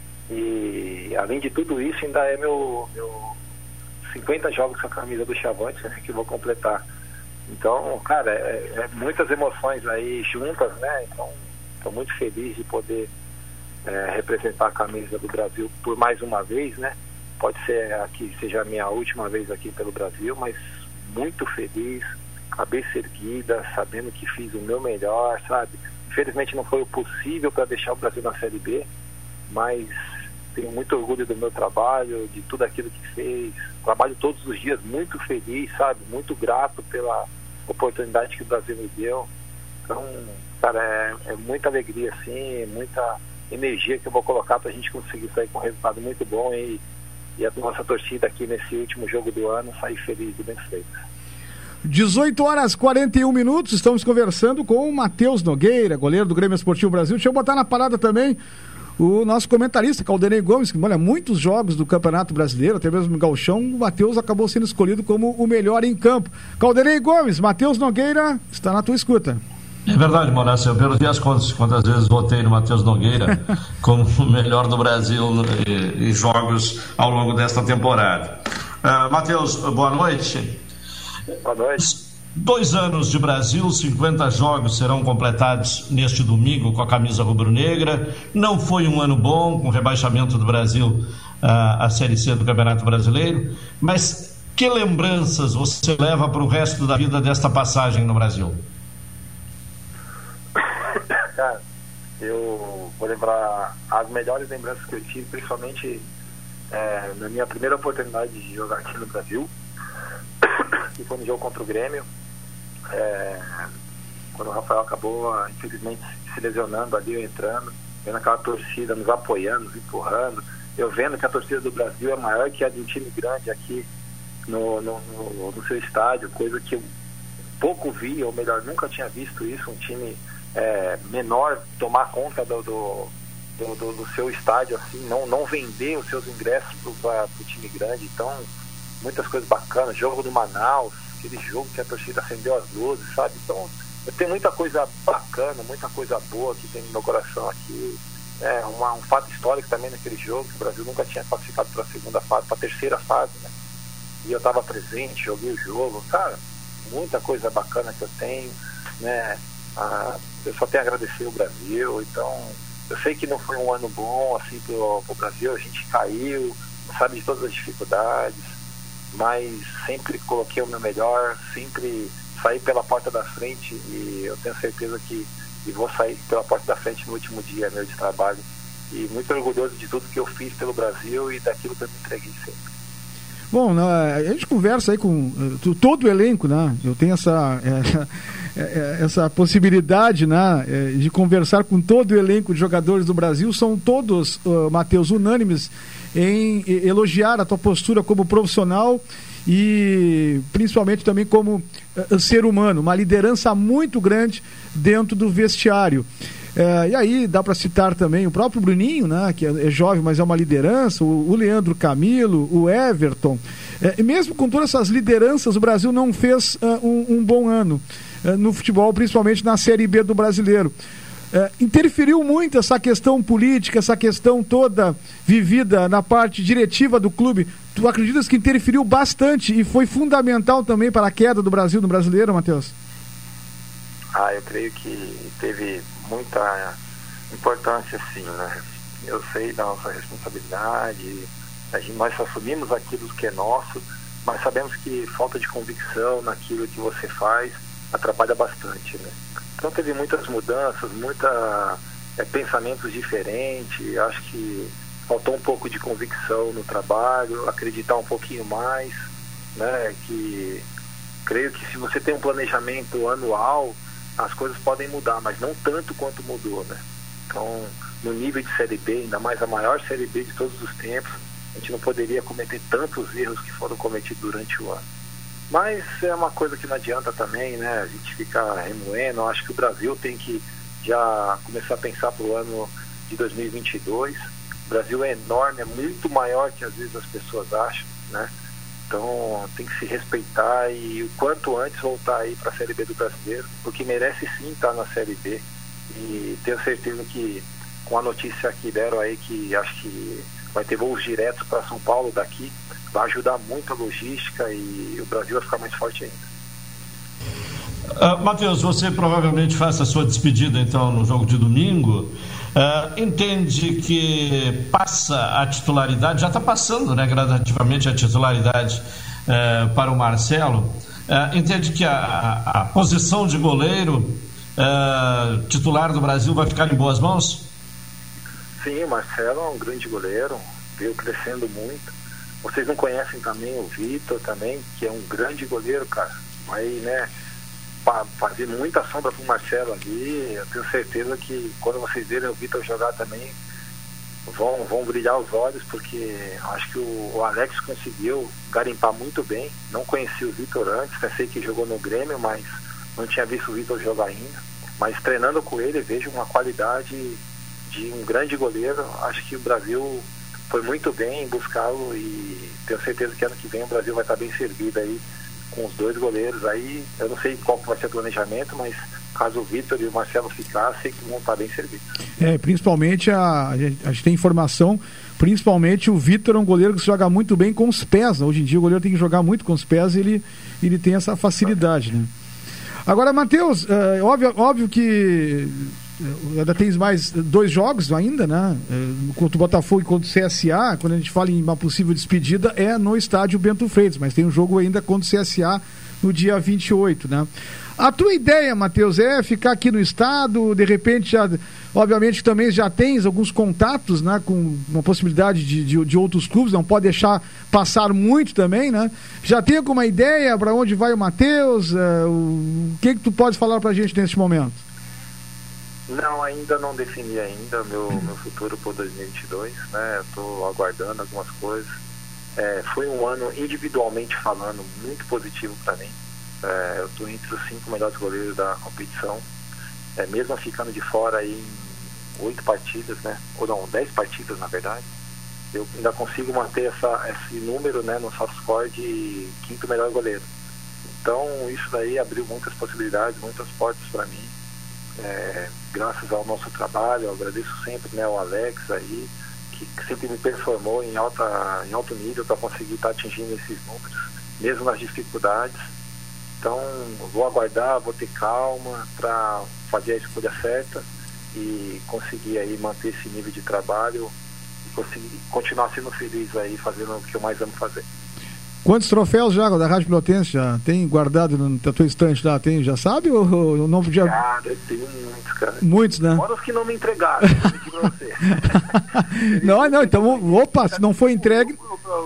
S6: E além de tudo isso, ainda é meu, meu cinquenta jogos com a camisa do Chavante, né, que vou completar. Então, cara, é, é muitas emoções aí juntas, né? Então, estou muito feliz de poder é, representar a camisa do Brasil por mais uma vez, né? Pode ser que seja a minha última vez aqui pelo Brasil, mas muito feliz, cabeça erguida, sabendo que fiz o meu melhor, sabe? Infelizmente não foi o possível para deixar o Brasil na Série B, mas tenho muito orgulho do meu trabalho, de tudo aquilo que fez. Trabalho todos os dias muito feliz, sabe? Muito grato pela oportunidade que o Brasil me deu. Então, cara, é, é muita alegria, assim, muita energia que eu vou colocar para a gente conseguir sair com um resultado muito bom e, e a nossa torcida aqui nesse último jogo do ano sair feliz e bem feita.
S2: dezoito horas e quarenta e um minutos, estamos conversando com o Matheus Nogueira, goleiro do Grêmio Esportivo Brasil. Deixa eu botar na parada também o nosso comentarista, Caldenei Gomes, que olha, muitos jogos do Campeonato Brasileiro, até mesmo no Gauchão, o Matheus acabou sendo escolhido como o melhor em campo. Caldenei Gomes, Matheus Nogueira está na tua escuta.
S4: É verdade, Moraes, eu perdi as contas quantas vezes votei no Matheus Nogueira como o melhor do Brasil em jogos ao longo desta temporada. Uh, Matheus, boa noite.
S6: Boa noite.
S4: Dois anos de Brasil, cinquenta jogos serão completados neste domingo com a camisa rubro-negra. Não foi um ano bom, com o rebaixamento do Brasil uh, à Série C do Campeonato Brasileiro, mas que lembranças você leva para o resto da vida desta passagem no Brasil?
S6: Cara, eu vou lembrar as melhores lembranças que eu tive, principalmente é, na minha primeira oportunidade de jogar aqui no Brasil, que foi no jogo contra o Grêmio, é, quando o Rafael acabou, infelizmente, se lesionando ali, eu entrando, vendo aquela torcida nos apoiando, nos empurrando, eu vendo que a torcida do Brasil é maior que a de um time grande aqui no, no, no, no seu estádio, coisa que eu pouco vi, ou melhor, nunca tinha visto isso, um time É, menor tomar conta do, do, do, do, do seu estádio, assim, não, não vender os seus ingressos para o time grande. Então, muitas coisas bacanas, jogo do Manaus, aquele jogo que a torcida acendeu as luzes, sabe? Então, eu tenho muita coisa bacana, muita coisa boa que tem no meu coração aqui. É, uma, um fato histórico também naquele jogo, que o Brasil nunca tinha classificado para a segunda fase, para a terceira fase, né? E eu estava presente, joguei o jogo, cara, muita coisa bacana que eu tenho, né? Ah, eu só tenho a agradecer o Brasil. Então, eu sei que não foi um ano bom assim pro, pro Brasil, a gente caiu, sabe de todas as dificuldades, mas sempre coloquei o meu melhor, sempre saí pela porta da frente, e eu tenho certeza que e vou sair pela porta da frente no último dia meu de trabalho, e muito orgulhoso de tudo que eu fiz pelo Brasil e daquilo que eu me entreguei sempre.
S2: Bom, a gente conversa aí com uh, todo o elenco, né? Eu tenho essa, é, essa possibilidade, né, de conversar com todo o elenco de jogadores do Brasil. São todos, uh, Matheus, unânimes em elogiar a tua postura como profissional e principalmente também como uh, ser humano, uma liderança muito grande dentro do vestiário. É, e aí dá para citar também o próprio Bruninho, né, que é, é jovem, mas é uma liderança, o, o Leandro Camilo, o Everton. É, e mesmo com todas essas lideranças, o Brasil não fez uh, um, um bom ano uh, no futebol, principalmente na Série B do Brasileiro. Uh, interferiu muito essa questão política, essa questão toda vivida na parte diretiva do clube. Tu acreditas que interferiu bastante e foi fundamental também para a queda do Brasil no Brasileiro, Matheus?
S6: Ah, eu creio que teve muita importância, sim, né? Eu sei da nossa responsabilidade, a gente, nós assumimos aquilo que é nosso, mas sabemos que falta de convicção naquilo que você faz atrapalha bastante, né? Então teve muitas mudanças, muita, é, pensamentos diferentes, acho que faltou um pouco de convicção no trabalho, acreditar um pouquinho mais, né? Que creio que se você tem um planejamento anual, as coisas podem mudar, mas não tanto quanto mudou, né? Então, no nível de Série B, ainda mais a maior Série B de todos os tempos, a gente não poderia cometer tantos erros que foram cometidos durante o ano. Mas é uma coisa que não adianta também, né? A gente fica remoendo. Eu acho que o Brasil tem que já começar a pensar para o ano de dois mil e vinte e dois. O Brasil é enorme, é muito maior que às vezes as pessoas acham, né? Então tem que se respeitar e o quanto antes voltar aí para a Série B do Brasileiro, porque merece sim estar na Série B. E tenho certeza que com a notícia que deram aí, que acho que vai ter voos diretos para São Paulo daqui, vai ajudar muito a logística e o Brasil vai ficar mais forte ainda.
S4: Uh, Matheus, você provavelmente faça a sua despedida então no jogo de domingo. Uh, entende que passa a titularidade, já está passando, né, gradativamente a titularidade uh, para o Marcelo. Uh, entende que a, a, a posição de goleiro uh, titular do Brasil vai ficar em boas mãos?
S6: Sim, o Marcelo é um grande goleiro, veio crescendo muito. Vocês não conhecem também o Vitor também, que é um grande goleiro, cara. Vai, né, fazer muita sombra pro Marcelo ali. Eu tenho certeza que quando vocês verem o Vitor jogar também, vão, vão brilhar os olhos, porque acho que o, o Alex conseguiu garimpar muito bem. Não conheci o Vitor antes, pensei que jogou no Grêmio, mas não tinha visto o Vitor jogar ainda. Mas treinando com ele, vejo uma qualidade de um grande goleiro. Acho que o Brasil foi muito bem em buscá-lo e tenho certeza que ano que vem o Brasil vai estar bem servido aí com os dois goleiros. Aí eu não sei qual vai ser o planejamento, mas caso o Vitor e o Marcelo ficar, sei que vão estar bem servidos. É,
S2: principalmente a, a, gente, a gente tem informação, principalmente o Vitor é um goleiro que se joga muito bem com os pés. Hoje em dia o goleiro tem que jogar muito com os pés e ele, ele tem essa facilidade, né? Agora, Matheus, é, óbvio, óbvio que ainda tens mais dois jogos ainda, né? Contra o Botafogo e contra o C S A. Quando a gente fala em uma possível despedida, é no estádio Bento Freitas, mas tem um jogo ainda contra o C S A no dia vinte e oito, né? A tua ideia, Matheus, é ficar aqui no estado, de repente, já, obviamente também já tens alguns contatos, né, com uma possibilidade de, de, de outros clubes, não pode deixar passar muito também, né? Já tem alguma ideia para onde vai o Matheus? Uh, o que que tu pode falar pra gente neste momento?
S6: Não, ainda não defini ainda meu, meu futuro por dois mil e vinte e dois, né? Eu tô aguardando algumas coisas. É, foi um ano, individualmente falando, muito positivo para mim. É, eu estou entre os cinco melhores goleiros da competição, é, mesmo ficando de fora aí em oito partidas, né? Ou não, dez partidas na verdade, eu ainda consigo manter essa, esse número, né, no SofaScore de quinto melhor goleiro. Então isso daí abriu muitas possibilidades, muitas portas para mim, é, graças ao nosso trabalho. Eu agradeço sempre, né, ao Alex aí, que sempre me performou em, alta, em alto nível para conseguir estar tá atingindo esses números, mesmo nas dificuldades. Então, vou aguardar, vou ter calma para fazer a escolha certa e conseguir aí manter esse nível de trabalho e conseguir continuar sendo feliz aí, fazendo o que eu mais amo fazer.
S2: Quantos troféus já da Rádio Pelotense já tem guardado na tua estante lá? Tem, já sabe ou, ou não podia?
S6: Cara, eu tenho muitos, cara.
S2: Muitos, né?
S6: Fora os que não me entregaram, eu vou pra você.
S2: Não, não, então, opa, se não for entregue...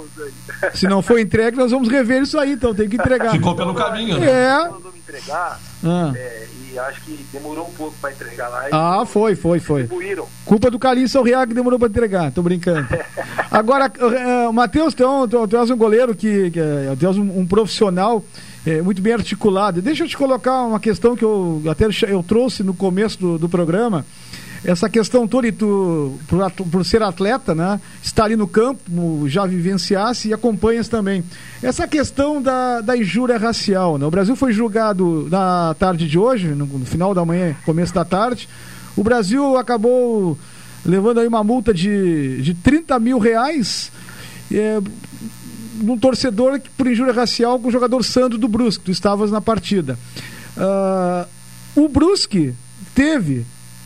S2: Se não for entregue, nós vamos rever isso aí, então tem que entregar.
S4: Ficou pelo caminho, né?
S2: É.
S6: Quando me entregar,
S2: ah.
S6: é, e acho que demorou um pouco para entregar lá.
S2: Ah, foi, foi, foi. Culpa do Calil Sorriá que demorou para entregar, tô brincando. Agora, uh, Matheus, tu, tu, tu és um goleiro que, que tu és um, um profissional é, muito bem articulado. Deixa eu te colocar uma questão que eu até eu trouxe no começo do, do programa. Essa questão toda, e tu, por, por ser atleta, né, estar ali no campo, já vivenciasse e acompanhas também. Essa questão da, da injúria racial, né? O Brasil foi julgado na tarde de hoje, no, no final da manhã, começo da tarde. O Brasil acabou levando aí uma multa de, de trinta mil reais é, num torcedor por injúria racial com o jogador Sandro do Brusque. Tu estavas na partida. Uh, o Brusque teve,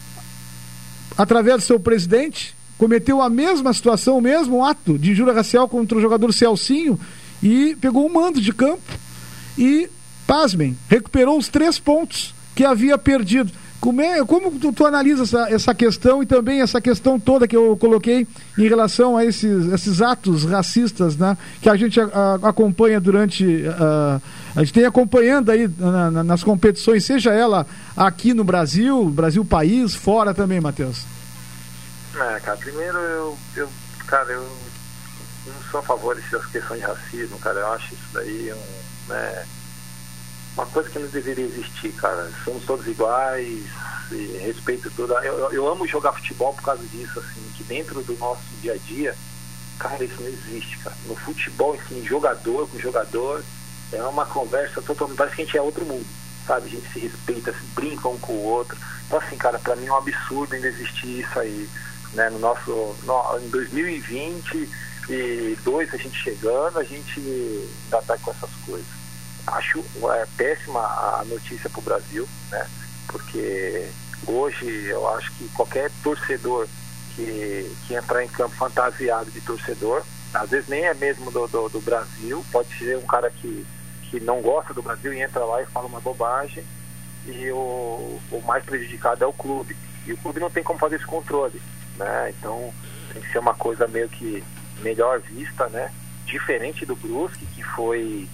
S2: através do seu presidente, cometeu a mesma situação, o mesmo ato de injúria racial contra o jogador Celcinho e pegou um mando de campo e, pasmem, recuperou os três pontos que havia perdido. Como, é, como tu, tu analisa essa, essa questão e também essa questão toda que eu coloquei em relação a esses, esses atos racistas, né, que a gente a, a, acompanha durante... A, a gente tem acompanhando aí na, na, nas competições, seja ela aqui no Brasil, Brasil país, fora também, Matheus?
S6: É, cara, primeiro eu, eu, cara, eu não sou a favor dessas questões de racismo, cara. Eu acho isso daí um, né, uma coisa que não deveria existir, cara. Somos todos iguais, e respeito tudo. Eu, eu, eu amo jogar futebol por causa disso, assim, que dentro do nosso dia a dia, cara, isso não existe, cara. No futebol, assim, jogador com jogador, é uma conversa totalmente, parece que a gente é outro mundo, sabe? A gente se respeita, se brinca um com o outro. Então, assim, cara, pra mim é um absurdo ainda existir isso aí, né? No nosso, no, em dois mil e vinte e dois, a gente chegando, a gente ainda tá com essas coisas. Acho é, péssima a notícia pro Brasil, né? Porque hoje eu acho que qualquer torcedor que, que entrar em campo fantasiado de torcedor, às vezes nem é mesmo do, do, do Brasil, pode ser um cara que que não gosta do Brasil e entra lá e fala uma bobagem, e o, o mais prejudicado é o clube, e o clube não tem como fazer esse controle, né? Então tem que ser uma coisa meio que melhor vista, né? Diferente do Brusque, que foi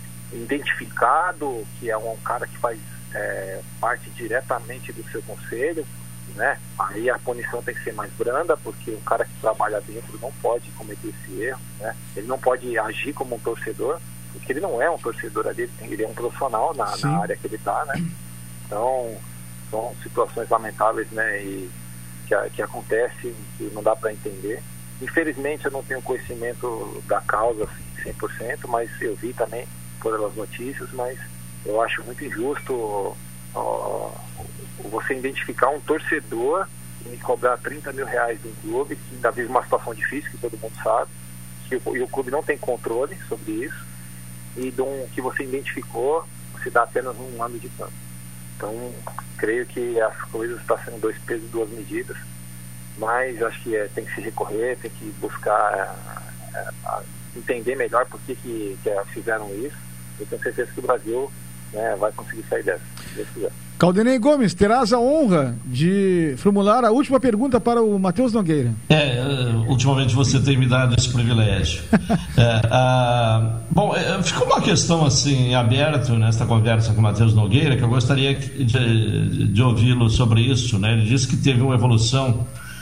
S6: identificado, que é um cara que faz é, parte diretamente do seu conselho, né? Aí a punição tem que ser mais branda, porque o cara que trabalha dentro não pode cometer esse erro, né? Ele não pode agir como um torcedor, porque ele não é um torcedor ali, ele é um profissional na, na área que ele está, né? Então, são situações lamentáveis, né? E que, que acontecem, que não dá para entender. Infelizmente, eu não tenho conhecimento da causa assim, cem por cento, mas eu vi também por as notícias, mas eu acho muito injusto ó, você identificar um torcedor e cobrar trinta mil reais de um clube, que ainda vive uma situação difícil, que todo mundo sabe, que o, e o clube não tem controle sobre isso, e de um, que você identificou, você dá apenas um ano de tanto. Então, creio que as coisas estão sendo dois pesos e duas medidas, mas acho que é, tem que se recorrer, tem que buscar é, é, entender melhor por que, que, que fizeram isso. Eu tenho certeza que o Brasil, né, vai conseguir sair dessa, se Deus quiser.
S2: Caldenei Gomes, terás a honra de formular a última pergunta para o Matheus Nogueira.
S4: É, ultimamente você tem me dado esse privilégio. é, a, bom, é, ficou uma questão assim, aberta nesta conversa com o Matheus Nogueira, que eu gostaria de, de ouvi-lo sobre isso, né? Ele disse que teve uma evolução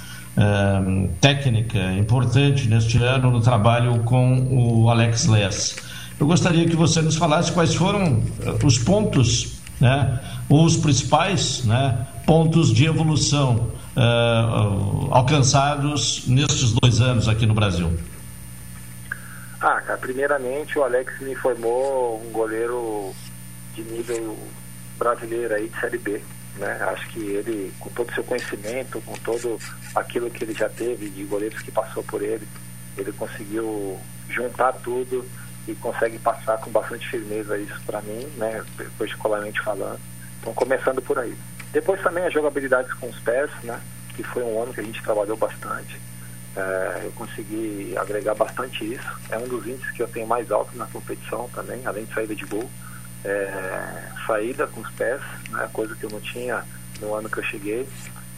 S4: é, técnica importante neste ano no trabalho com o Alex Less. Eu gostaria que você nos falasse quais foram os pontos, né, ou os principais, né, pontos de evolução uh, alcançados nestes dois anos aqui no Brasil.
S6: Ah, cara, primeiramente o Alex me formou um goleiro de nível brasileiro aí de Série B, né? Acho que ele, com todo o seu conhecimento, com todo aquilo que ele já teve de goleiros que passou por ele, ele conseguiu juntar tudo e consegue passar com bastante firmeza isso para mim, né, particularmente falando. Então, começando por aí. Depois também a jogabilidade com os pés, né, que foi um ano que a gente trabalhou bastante. É, eu consegui agregar bastante isso. É um dos índices que eu tenho mais alto na competição também, além de saída de gol. É, saída com os pés, né, coisa que eu não tinha no ano que eu cheguei.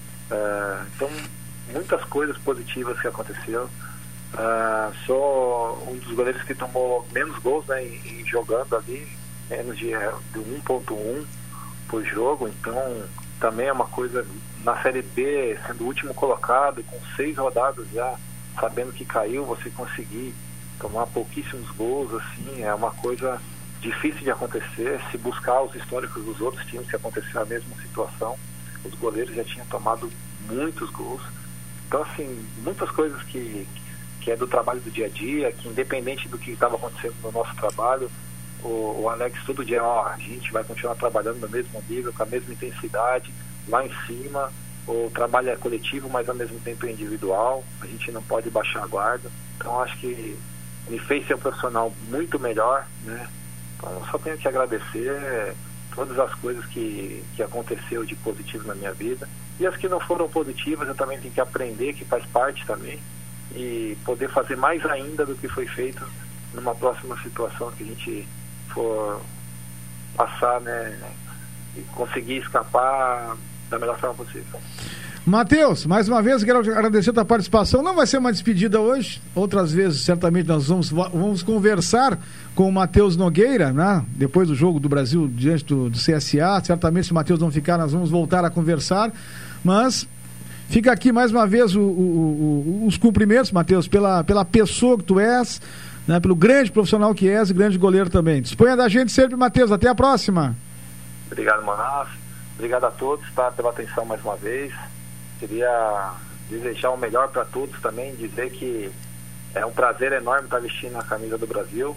S6: É, então, muitas coisas positivas que aconteceram. Uh, sou um dos goleiros que tomou menos gols, né, em, em jogando ali, menos de, de um ponto um por jogo. Então também é uma coisa, na Série B, sendo o último colocado, com seis rodadas já, sabendo que caiu, você conseguir tomar pouquíssimos gols, assim, é uma coisa difícil de acontecer. Se buscar os históricos dos outros times, se aconteceu a mesma situação, os goleiros já tinham tomado muitos gols. Então, assim, muitas coisas que que é do trabalho do dia a dia, que independente do que estava acontecendo no nosso trabalho, o, o Alex todo dia, ó, a gente vai continuar trabalhando no mesmo nível, com a mesma intensidade, lá em cima, o trabalho é coletivo, mas ao mesmo tempo é individual, a gente não pode baixar a guarda. Então acho que me fez ser um profissional muito melhor, né? Então eu só tenho que agradecer todas as coisas que, que aconteceu de positivo na minha vida, e as que não foram positivas eu também tenho que aprender, que faz parte também, e poder fazer mais ainda do que foi feito numa próxima situação que a gente for passar, né, e conseguir escapar da melhor forma possível.
S2: Matheus, mais uma vez quero agradecer a tua participação. Não vai ser uma despedida hoje, outras vezes certamente nós vamos, vamos conversar com o Matheus Nogueira, né? Depois do jogo do Brasil diante do, do C S A, certamente se o Matheus não ficar nós vamos voltar a conversar, mas fica aqui mais uma vez o, o, o, os cumprimentos, Matheus, pela, pela pessoa que tu és, né, pelo grande profissional que és e grande goleiro também. Disponha da gente sempre, Matheus. Até a próxima.
S6: Obrigado, Manaf. Obrigado a todos, tá, pela atenção mais uma vez. Queria desejar o melhor para todos também, dizer que é um prazer enorme estar vestindo a camisa do Brasil.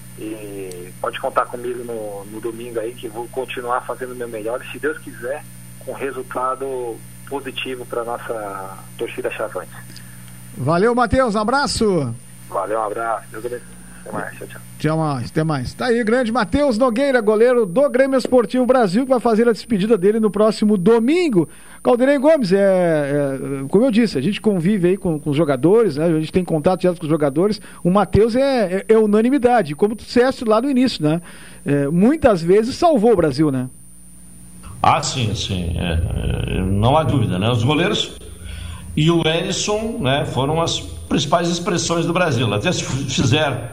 S6: E pode contar comigo no, no domingo aí, que vou continuar fazendo o meu melhor. E, se Deus quiser, com resultado positivo para nossa torcida chavante.
S2: Valeu, Matheus, um abraço.
S6: Valeu, um abraço. Deus abençoe. Até mais, tchau, tchau.
S2: Tchau mais, até mais. Tá aí, grande Matheus Nogueira, goleiro do Grêmio Esportivo Brasil, que vai fazer a despedida dele no próximo domingo. Caldenei Gomes, é, é, como eu disse, a gente convive aí com, com os jogadores, né? A gente tem contato direto com os jogadores. O Matheus é, é, é unanimidade, como tu disseste lá no início, né? É, muitas vezes salvou o Brasil, né?
S4: Ah, sim, sim, é, é, não há dúvida, né? Os goleiros e o Erisson, né, foram as principais expressões do Brasil. Até se fizer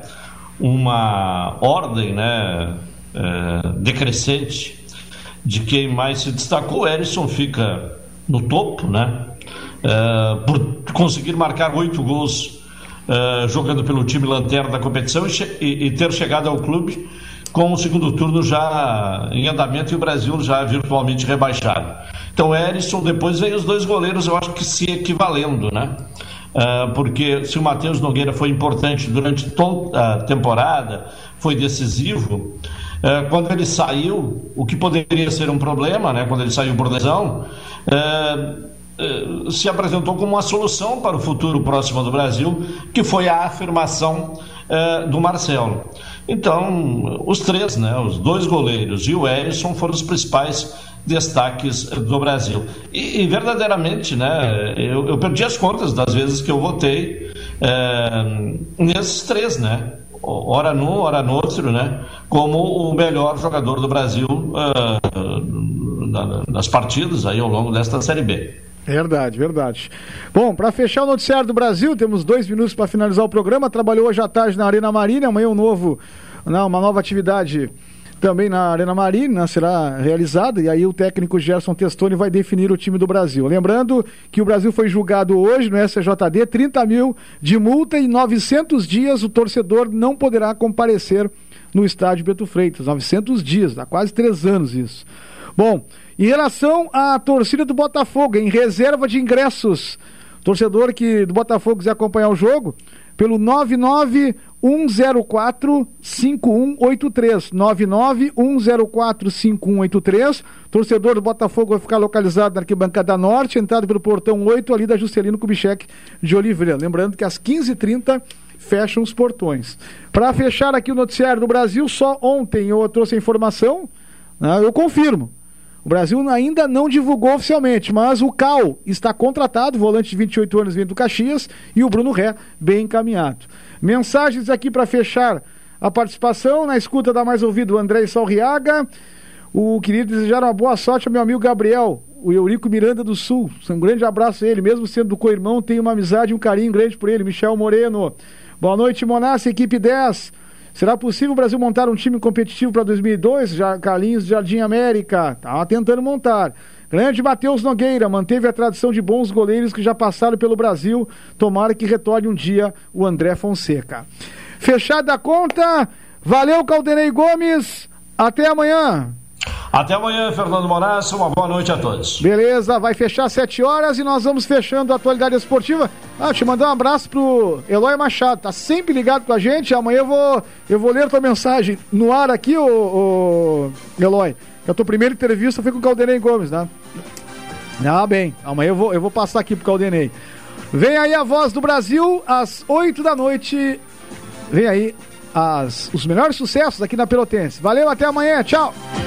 S4: uma ordem, né, é, decrescente de quem mais se destacou, o Erisson fica no topo, né? Uh, por conseguir marcar oito gols uh, jogando pelo time lanterna da competição e, e, e ter chegado ao clube com o segundo turno já em andamento e o Brasil já virtualmente rebaixado. Então, Erisson, depois veio os dois goleiros, eu acho que se equivalendo, né? Uh, porque se o Matheus Nogueira foi importante durante toda a temporada, foi decisivo, uh, quando ele saiu, o que poderia ser um problema, né? Quando ele saiu por lesão, uh, uh, se apresentou como uma solução para o futuro próximo do Brasil, que foi a afirmação uh, do Marcelo. Então, os três, né, os dois goleiros e o Erisson foram os principais destaques do Brasil. E, e verdadeiramente, né, eu, eu perdi as contas das vezes que eu votei é, nesses três, né, ora num, ora no outro, né, como o melhor jogador do Brasil é, nas partidas aí ao longo desta Série B.
S2: Verdade, verdade. Bom, para fechar o noticiário do Brasil, temos dois minutos para finalizar o programa. Trabalhou hoje à tarde na Arena Marina, amanhã um novo, não, uma nova atividade também na Arena Marina será realizada, e aí o técnico Gerson Testoni vai definir o time do Brasil. Lembrando que o Brasil foi julgado hoje no S T J D, trinta mil de multa e novecentos dias o torcedor não poderá comparecer no estádio Beto Freitas. novecentos dias, há quase três anos isso. Bom, em relação à torcida do Botafogo, em reserva de ingressos, torcedor que do Botafogo quiser acompanhar o jogo, pelo nove nove um zero quatro cinco um oito três, nove nove um zero quatro cinco um oito três, torcedor do Botafogo vai ficar localizado na arquibancada norte, entrada pelo portão oito ali da Juscelino Kubitschek de Oliveira. Lembrando que às quinze e trinta fecham os portões. Para fechar aqui o noticiário do Brasil, só ontem eu trouxe a informação, né, eu confirmo. O Brasil ainda não divulgou oficialmente, mas o Cal está contratado, volante de vinte e oito anos vindo do Caxias, e o Bruno Ré bem encaminhado. Mensagens aqui para fechar a participação, na escuta da mais ouvido, o André Salriaga, o querido desejar uma boa sorte ao meu amigo Gabriel, o Eurico Miranda do Sul, um grande abraço a ele, mesmo sendo do co-irmão, tenho uma amizade e um carinho grande por ele, Michel Moreno. Boa noite, Monassi, equipe dez. Será possível o Brasil montar um time competitivo para dois mil e dois? Já, Carlinhos Jardim América, estava tentando montar. Grande Matheus Nogueira, manteve a tradição de bons goleiros que já passaram pelo Brasil. Tomara que retorne um dia o André Fonseca. Fechada a conta, valeu Caldenei Gomes, até amanhã.
S4: Até amanhã, Fernando Moraes, uma boa noite a todos.
S2: Beleza, vai fechar às sete horas e nós vamos fechando a atualidade esportiva. Ah, te mandar um abraço pro Eloy Machado, tá sempre ligado com a gente. Amanhã eu vou, eu vou ler tua mensagem no ar aqui, ô, ô Eloy. A tua primeira entrevista foi com o Caldenei Gomes, né? Ah, bem, amanhã eu vou, eu vou passar aqui pro Caldenei. Vem aí a Voz do Brasil, às oito da noite. Vem aí as, os melhores sucessos aqui na Pelotense. Valeu, até amanhã, tchau!